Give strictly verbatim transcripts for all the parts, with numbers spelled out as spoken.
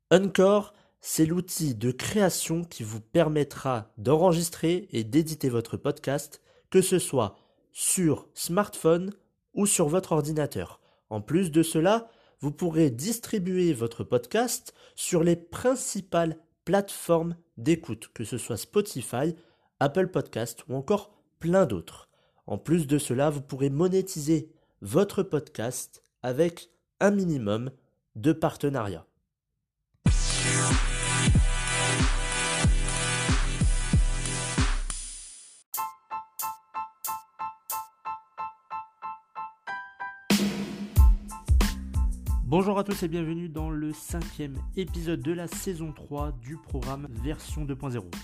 Anchor, c'est l'outil de création qui vous permettra d'enregistrer et d'éditer votre podcast, que ce soit sur smartphone ou sur votre ordinateur. En plus de cela, vous pourrez distribuer votre podcast sur les principales plateformes d'écoute, que ce soit Spotify, Apple Podcast ou encore plein d'autres. En plus de cela, vous pourrez monétiser votre podcast avec un minimum de partenariats. Bonjour à tous et bienvenue dans le cinquième épisode de la saison trois du programme version deux point zéro.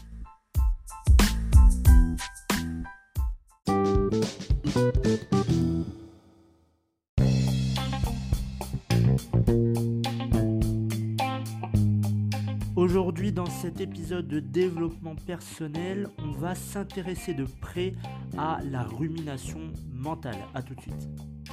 Aujourd'hui, dans cet épisode de développement personnel, on va s'intéresser de près à la rumination mentale. A tout de suite.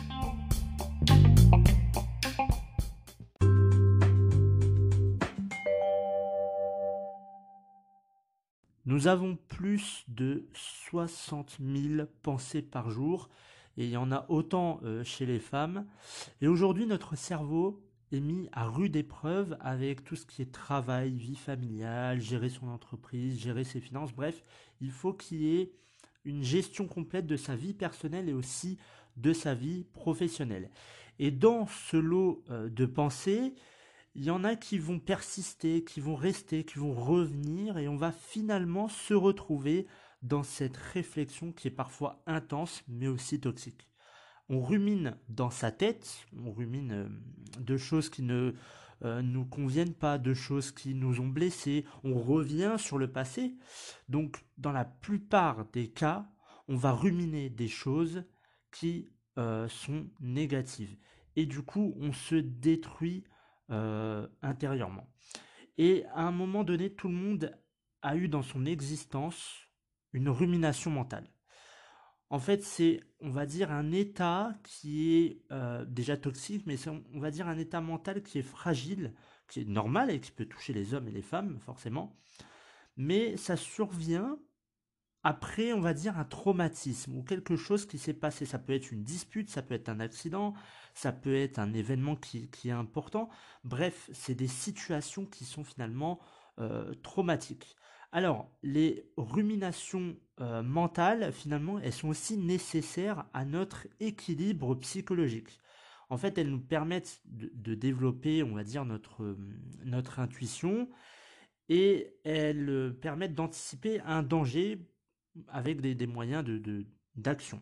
Nous avons plus de soixante mille pensées par jour et il y en a autant euh, chez les femmes. Et aujourd'hui, notre cerveau est mis à rude épreuve avec tout ce qui est travail, vie familiale, gérer son entreprise, gérer ses finances. Bref, il faut qu'il y ait une gestion complète de sa vie personnelle et aussi de sa vie professionnelle. Et dans ce lot euh, de pensées, il y en a qui vont persister, qui vont rester, qui vont revenir et on va finalement se retrouver dans cette réflexion qui est parfois intense mais aussi toxique. On rumine dans sa tête, on rumine euh, de choses qui ne euh, nous conviennent pas, de choses qui nous ont blessés, on revient sur le passé. Donc dans la plupart des cas, on va ruminer des choses qui euh, sont négatives. Et du coup, on se détruit euh, intérieurement. Et à un moment donné, tout le monde a eu dans son existence une rumination mentale. En fait, c'est, on va dire, un état qui est euh, déjà toxique, mais c'est, on va dire, un état mental qui est fragile, qui est normal et qui peut toucher les hommes et les femmes, forcément. Mais ça survient après, on va dire, un traumatisme ou quelque chose qui s'est passé. Ça peut être une dispute, ça peut être un accident, ça peut être un événement qui, qui est important. Bref, c'est des situations qui sont finalement euh, traumatiques. Alors, les ruminations euh, mentales, finalement, elles sont aussi nécessaires à notre équilibre psychologique. En fait, elles nous permettent de, de développer, on va dire, notre, euh, notre intuition et elles euh, permettent d'anticiper un danger avec des, des moyens de, de- d'action.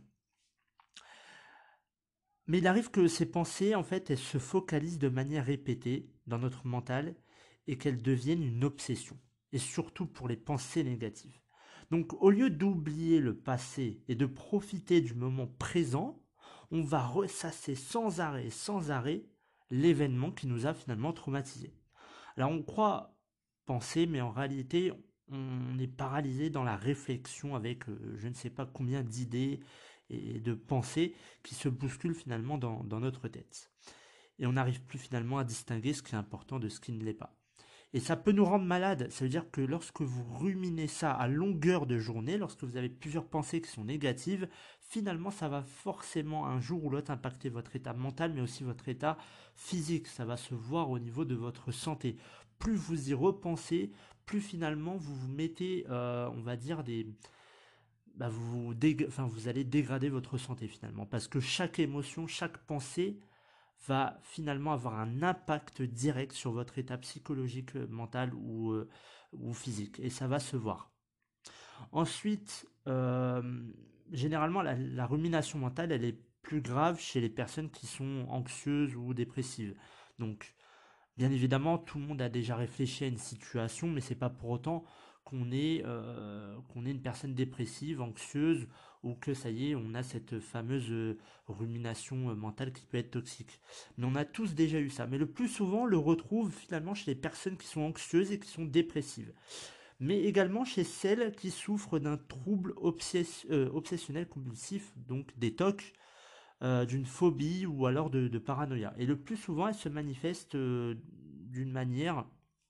Mais il arrive que ces pensées, en fait, elles se focalisent de manière répétée dans notre mental et qu'elles deviennent une obsession. Et surtout pour les pensées négatives. Donc, au lieu d'oublier le passé et de profiter du moment présent, on va ressasser sans arrêt, sans arrêt, l'événement qui nous a finalement traumatisés. Alors, on croit penser, mais en réalité, on est paralysé dans la réflexion avec euh, je ne sais pas combien d'idées et de pensées qui se bousculent finalement dans, dans notre tête. Et on n'arrive plus finalement à distinguer ce qui est important de ce qui ne l'est pas. Et ça peut nous rendre malades. Ça veut dire que lorsque vous ruminez ça à longueur de journée, lorsque vous avez plusieurs pensées qui sont négatives, finalement ça va forcément un jour ou l'autre impacter votre état mental, mais aussi votre état physique. Ça va se voir au niveau de votre santé. Plus vous y repensez, plus finalement vous vous mettez, euh, on va dire, des, bah, vous, dég- enfin, vous allez dégrader votre santé finalement. Parce que chaque émotion, chaque pensée va finalement avoir un impact direct sur votre état psychologique, euh, mental ou, euh, ou physique. Et ça va se voir. Ensuite, euh, généralement, la, la rumination mentale, elle est plus grave chez les personnes qui sont anxieuses ou dépressives. Donc, bien évidemment, tout le monde a déjà réfléchi à une situation, mais c'est pas pour autant qu'on est, euh, qu'on est une personne dépressive, anxieuse, ou que ça y est, on a cette fameuse euh, rumination euh, mentale qui peut être toxique. Mais on a tous déjà eu ça. Mais le plus souvent, on le retrouve finalement chez les personnes qui sont anxieuses et qui sont dépressives. Mais également chez celles qui souffrent d'un trouble obsess- euh, obsessionnel compulsif, donc des T O C, euh, d'une phobie ou alors de, de paranoïa. Et le plus souvent, elle se manifeste euh, d'une manière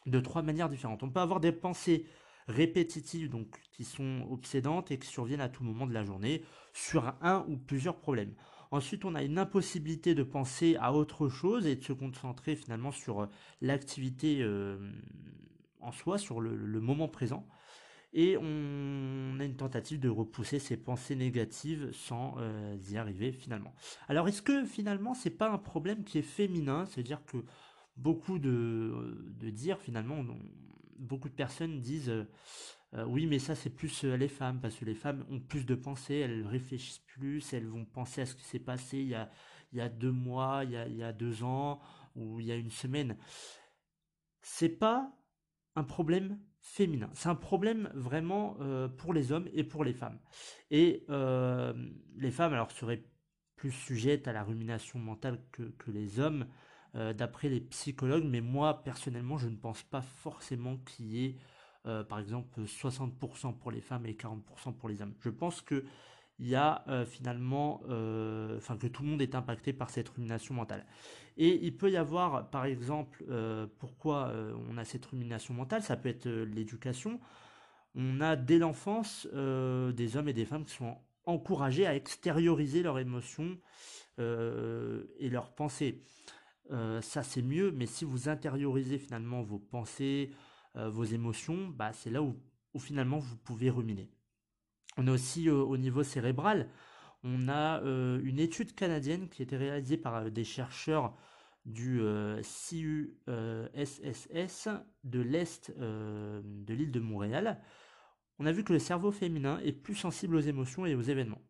de trois manières différentes. On peut avoir des pensées répétitives, donc qui sont obsédantes et qui surviennent à tout moment de la journée sur un ou plusieurs problèmes. Ensuite, on a une impossibilité de penser à autre chose et de se concentrer finalement sur euh, l'activité euh, en soi, sur le, le moment présent. Et on a une tentative de repousser ces pensées négatives sans euh, y arriver finalement. Alors est-ce que finalement c'est pas un problème qui est féminin? C'est-à-dire que beaucoup de, de dire finalement, on- beaucoup de personnes disent euh, euh, oui mais ça c'est plus euh, les femmes, parce que les femmes ont plus de pensées, elles réfléchissent plus, elles vont penser à ce qui s'est passé il y a, il y a deux mois, il y a, il y a deux ans ou il y a une semaine. C'est pas un problème féminin. C'est un problème vraiment euh, pour les hommes et pour les femmes. Et euh, les femmes, alors, seraient plus sujettes à la rumination mentale que, que les hommes, euh, d'après les psychologues. Mais moi, personnellement, je ne pense pas forcément qu'il y ait, euh, par exemple, soixante pour cent pour les femmes et quarante pour cent pour les hommes. Je pense que il y a euh, finalement, euh, enfin que tout le monde est impacté par cette rumination mentale. Et il peut y avoir, par exemple, euh, pourquoi euh, on a cette rumination mentale, ça peut être euh, l'éducation. On a dès l'enfance euh, des hommes et des femmes qui sont encouragés à extérioriser leurs émotions euh, et leurs pensées. Euh, ça c'est mieux, mais si vous intériorisez finalement vos pensées, euh, vos émotions, bah, c'est là où, où finalement vous pouvez ruminer. On a aussi euh, au niveau cérébral, on a euh, une étude canadienne qui a été réalisée par euh, des chercheurs du euh, C U S S S de l'Est euh, de l'île de Montréal. On a vu que le cerveau féminin est plus sensible aux émotions et aux événements.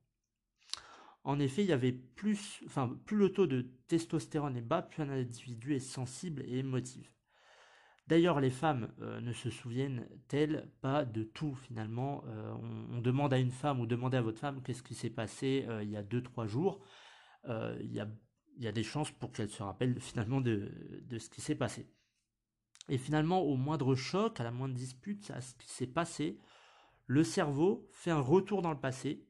En effet, il y avait plus, enfin, plus le taux de testostérone est bas, plus un individu est sensible et émotif. D'ailleurs, les femmes euh, ne se souviennent-elles pas de tout finalement? Euh, on, on demande à une femme ou demandez à votre femme qu'est-ce qui s'est passé euh, il y a deux trois jours. Euh, il y a, il y a des chances pour qu'elle se rappelle finalement de, de ce qui s'est passé. Et finalement, au moindre choc, à la moindre dispute, à ce qui s'est passé, le cerveau fait un retour dans le passé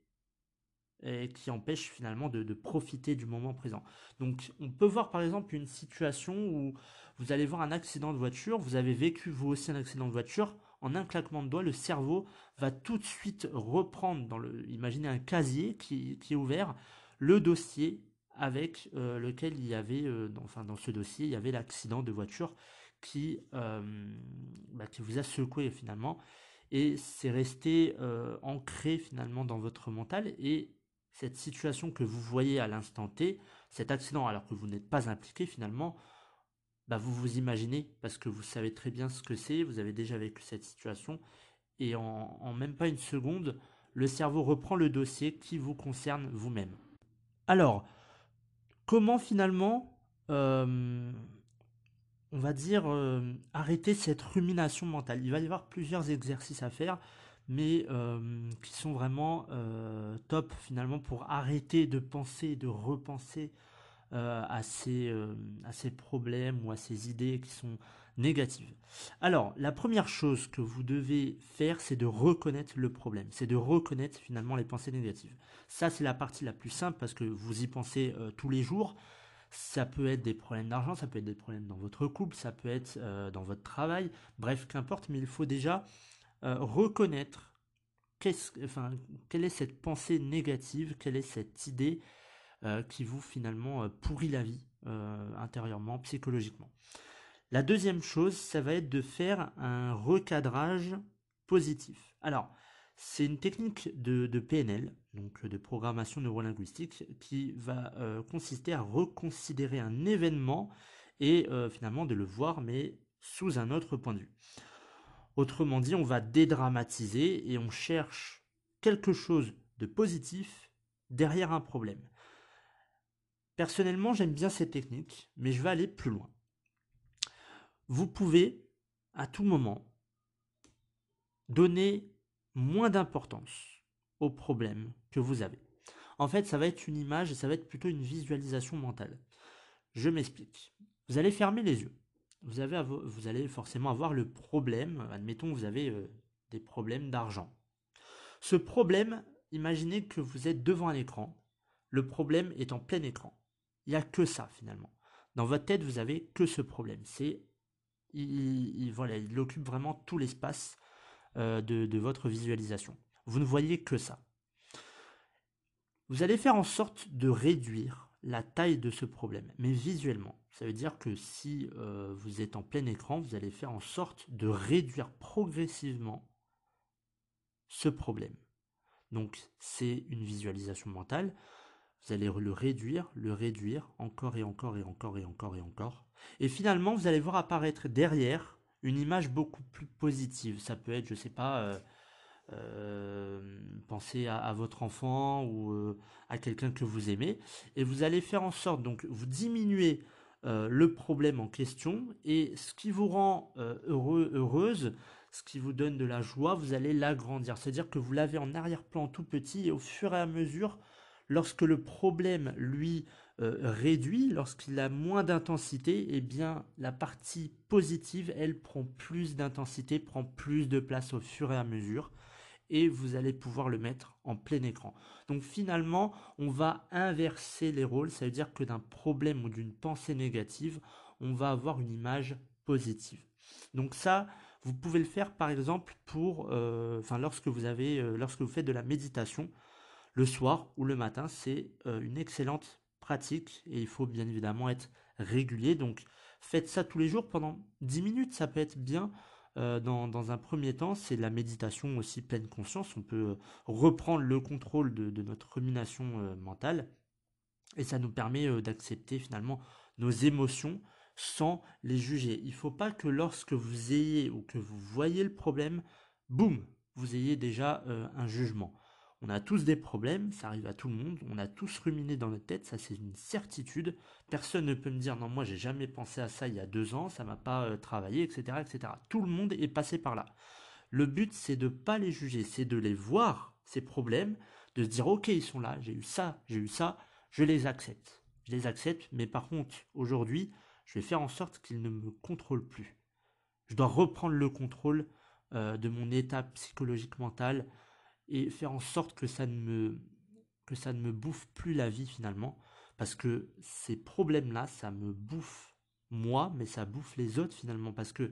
et qui empêche finalement de, de profiter du moment présent. Donc on peut voir par exemple une situation où vous allez voir un accident de voiture, vous avez vécu vous aussi un accident de voiture, en un claquement de doigts, le cerveau va tout de suite reprendre dans le, imaginez un casier qui, qui est ouvert, le dossier avec euh, lequel il y avait, euh, dans, enfin dans ce dossier, il y avait l'accident de voiture qui, euh, bah, qui vous a secoué finalement. Et c'est resté euh, ancré finalement dans votre mental et cette situation que vous voyez à l'instant T, cet accident alors que vous n'êtes pas impliqué finalement, bah vous vous imaginez parce que vous savez très bien ce que c'est, vous avez déjà vécu cette situation et en, en même pas une seconde, le cerveau reprend le dossier qui vous concerne vous-même. Alors, comment finalement, euh, on va dire, euh, arrêter cette rumination mentale? Il va y avoir plusieurs exercices à faire, mais euh, qui sont vraiment euh, top finalement pour arrêter de penser, de repenser euh, à, ces, euh, à ces problèmes ou à ces idées qui sont négatives. Alors, la première chose que vous devez faire, c'est de reconnaître le problème, c'est de reconnaître finalement les pensées négatives. Ça, c'est la partie la plus simple parce que vous y pensez euh, tous les jours. Ça peut être des problèmes d'argent, ça peut être des problèmes dans votre couple, ça peut être euh, dans votre travail, bref, qu'importe, mais il faut déjà euh, reconnaître qu'est-ce, enfin, quelle est cette pensée négative, quelle est cette idée euh, qui vous finalement euh, pourrit la vie euh, intérieurement, psychologiquement. La deuxième chose, ça va être de faire un recadrage positif. Alors, c'est une technique de, de P N L, donc de programmation neurolinguistique, qui va euh, consister à reconsidérer un événement et euh, finalement de le voir, mais sous un autre point de vue. Autrement dit, on va dédramatiser et on cherche quelque chose de positif derrière un problème. Personnellement, j'aime bien cette technique, mais je vais aller plus loin. Vous pouvez, à tout moment, donner moins d'importance aux problèmes que vous avez. En fait, ça va être une image et ça va être plutôt une visualisation mentale. Je m'explique. Vous allez fermer les yeux. Vous, avez, vous allez forcément avoir le problème, admettons vous avez euh, des problèmes d'argent. Ce problème, imaginez que vous êtes devant un écran, le problème est en plein écran. Il n'y a que ça finalement. Dans votre tête, vous avez que ce problème. C'est il, il- voilà, il occupe vraiment tout l'espace euh, de, de votre visualisation. Vous ne voyez que ça. Vous allez faire en sorte de réduire la taille de ce problème, mais visuellement. Ça veut dire que si euh, vous êtes en plein écran, vous allez faire en sorte de réduire progressivement ce problème. Donc c'est une visualisation mentale. Vous allez le réduire, le réduire, encore et encore et encore et encore et encore. Et finalement, vous allez voir apparaître derrière une image beaucoup plus positive. Ça peut être, je sais pas, euh, euh, pensez à, à votre enfant ou euh, à quelqu'un que vous aimez. Et vous allez faire en sorte, donc, vous diminuez euh, le problème en question et ce qui vous rend euh, heureux, heureuse, ce qui vous donne de la joie, vous allez l'agrandir. C'est-à-dire que vous l'avez en arrière-plan tout petit et au fur et à mesure, lorsque le problème, lui, euh, réduit, lorsqu'il a moins d'intensité, eh bien, la partie positive, elle prend plus d'intensité, prend plus de place au fur et à mesure et vous allez pouvoir le mettre en plein écran. Donc finalement, on va inverser les rôles, ça veut dire que d'un problème ou d'une pensée négative, on va avoir une image positive. Donc ça, vous pouvez le faire par exemple pour, euh, enfin lorsque vous avez, euh, lorsque vous faites de la méditation le soir ou le matin, c'est euh, une excellente pratique et il faut bien évidemment être régulier. Donc faites ça tous les jours pendant dix minutes, ça peut être bien. Euh, dans, dans un premier temps, c'est la méditation aussi pleine conscience. On peut euh, reprendre le contrôle de, de notre rumination euh, mentale et ça nous permet euh, d'accepter finalement nos émotions sans les juger. Il ne faut pas que lorsque vous ayez ou que vous voyez le problème, boum, vous ayez déjà euh, un jugement. On a tous des problèmes, ça arrive à tout le monde, on a tous ruminé dans notre tête, ça c'est une certitude. Personne ne peut me dire non, moi j'ai jamais pensé à ça il y a deux ans, ça m'a pas euh, travaillé, et cetera, et cetera. Tout le monde est passé par là. Le but c'est de ne pas les juger, c'est de les voir, ces problèmes, de se dire ok ils sont là, j'ai eu ça, j'ai eu ça, je les accepte. Je les accepte, mais par contre aujourd'hui je vais faire en sorte qu'ils ne me contrôlent plus. Je dois reprendre le contrôle euh, de mon état psychologique mental et faire en sorte que ça ne me que ça ne me bouffe plus la vie finalement parce que ces problèmes là ça me bouffe moi mais ça bouffe les autres finalement parce que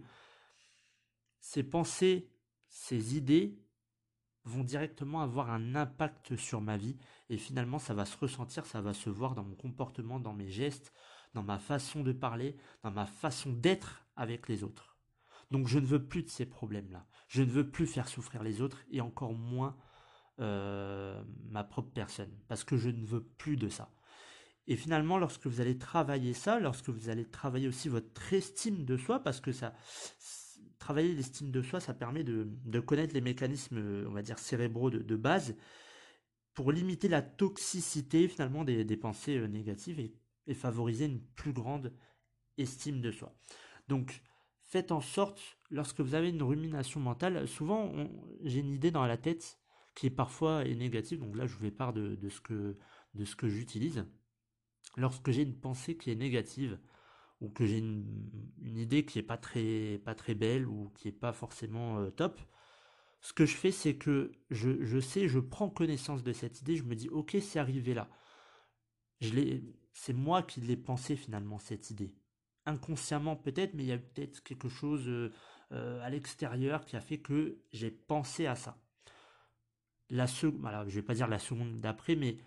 ces pensées, ces idées vont directement avoir un impact sur ma vie et finalement ça va se ressentir, ça va se voir dans mon comportement, dans mes gestes, dans ma façon de parler, dans ma façon d'être avec les autres. Donc je ne veux plus de ces problèmes-là. Je ne veux plus faire souffrir les autres et encore moins euh, ma propre personne parce que je ne veux plus de ça. Et finalement, lorsque vous allez travailler ça, lorsque vous allez travailler aussi votre estime de soi, parce que ça, travailler l'estime de soi, ça permet de, de connaître les mécanismes, on va dire, cérébraux de, de base, pour limiter la toxicité finalement des, des pensées euh, négatives et, et favoriser une plus grande estime de soi. Donc, faites en sorte, lorsque vous avez une rumination mentale, souvent on- j'ai une idée dans la tête qui est parfois est négative, donc là je vous fais part de, de ce que, de ce que j'utilise. Lorsque j'ai une pensée qui est négative, ou que j'ai une, une idée qui est pas très, pas très belle, ou qui est pas forcément euh, top, ce que je fais, c'est que je, je sais, je prends connaissance de cette idée, je me dis, ok, c'est arrivé là. Je l'ai, c'est moi qui l'ai pensé finalement, cette idée. Inconsciemment peut-être, mais il y a peut-être quelque chose euh, euh, à l'extérieur qui a fait que j'ai pensé à ça. La seconde, voilà, je vais pas dire la seconde d'après, mais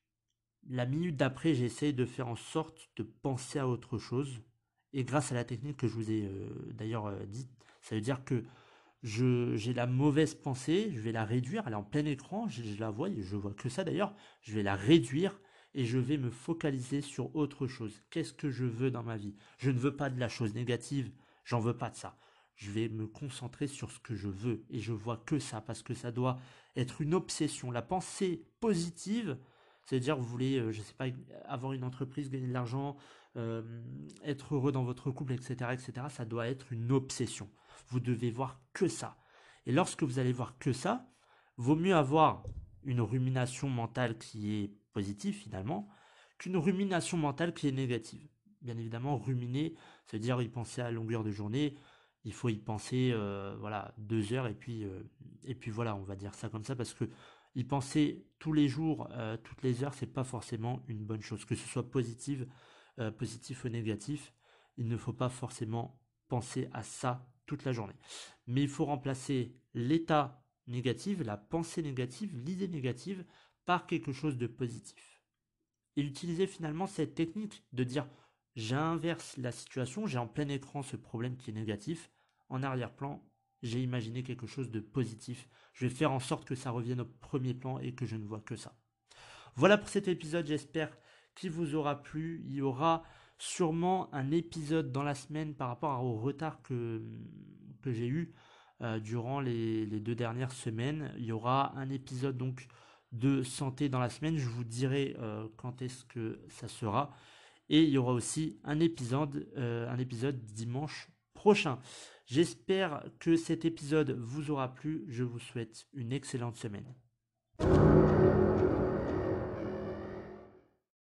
la minute d'après, j'essaie de faire en sorte de penser à autre chose. Et grâce à la technique que je vous ai euh, d'ailleurs euh, dite, ça veut dire que je, j'ai la mauvaise pensée, je vais la réduire, elle est en plein écran, je, je la vois, je vois que ça d'ailleurs, je vais la réduire et je vais me focaliser sur autre chose. Qu'est-ce que je veux dans ma vie? Je ne veux pas de la chose négative, j'en veux pas de ça. Je vais me concentrer sur ce que je veux et je vois que ça parce que ça doit être une obsession. La pensée positive, c'est-à-dire vous voulez, euh, je sais pas, avoir une entreprise, gagner de l'argent, euh, être heureux dans votre couple, et cetera, et cetera. Ça doit être une obsession. Vous devez voir que ça. Et lorsque vous allez voir que ça, vaut mieux avoir une rumination mentale qui est positive finalement qu'une rumination mentale qui est négative. Bien évidemment, ruminer, ça veut dire y penser à longueur de journée. Il faut y penser, euh, voilà, deux heures et puis euh, et puis voilà, on va dire ça comme ça parce que y penser tous les jours, euh, toutes les heures, c'est pas forcément une bonne chose. Que ce soit positive, euh, positif ou négatif, il ne faut pas forcément penser à ça toute la journée. Mais il faut remplacer l'état négatif, la pensée négative, l'idée négative par quelque chose de positif. Et utiliser finalement cette technique de dire j'inverse la situation, j'ai en plein écran ce problème qui est négatif, en arrière-plan, j'ai imaginé quelque chose de positif. Je vais faire en sorte que ça revienne au premier plan et que je ne vois que ça. Voilà pour cet épisode, j'espère qu'il vous aura plu. Il y aura sûrement un épisode dans la semaine par rapport au retard que, que j'ai eu euh, durant les, les deux dernières semaines. Il y aura un épisode donc de santé dans la semaine. Je vous dirai euh, quand est-ce que ça sera. Et il y aura aussi un épisode, euh, un épisode dimanche prochain. J'espère que cet épisode vous aura plu. Je vous souhaite une excellente semaine.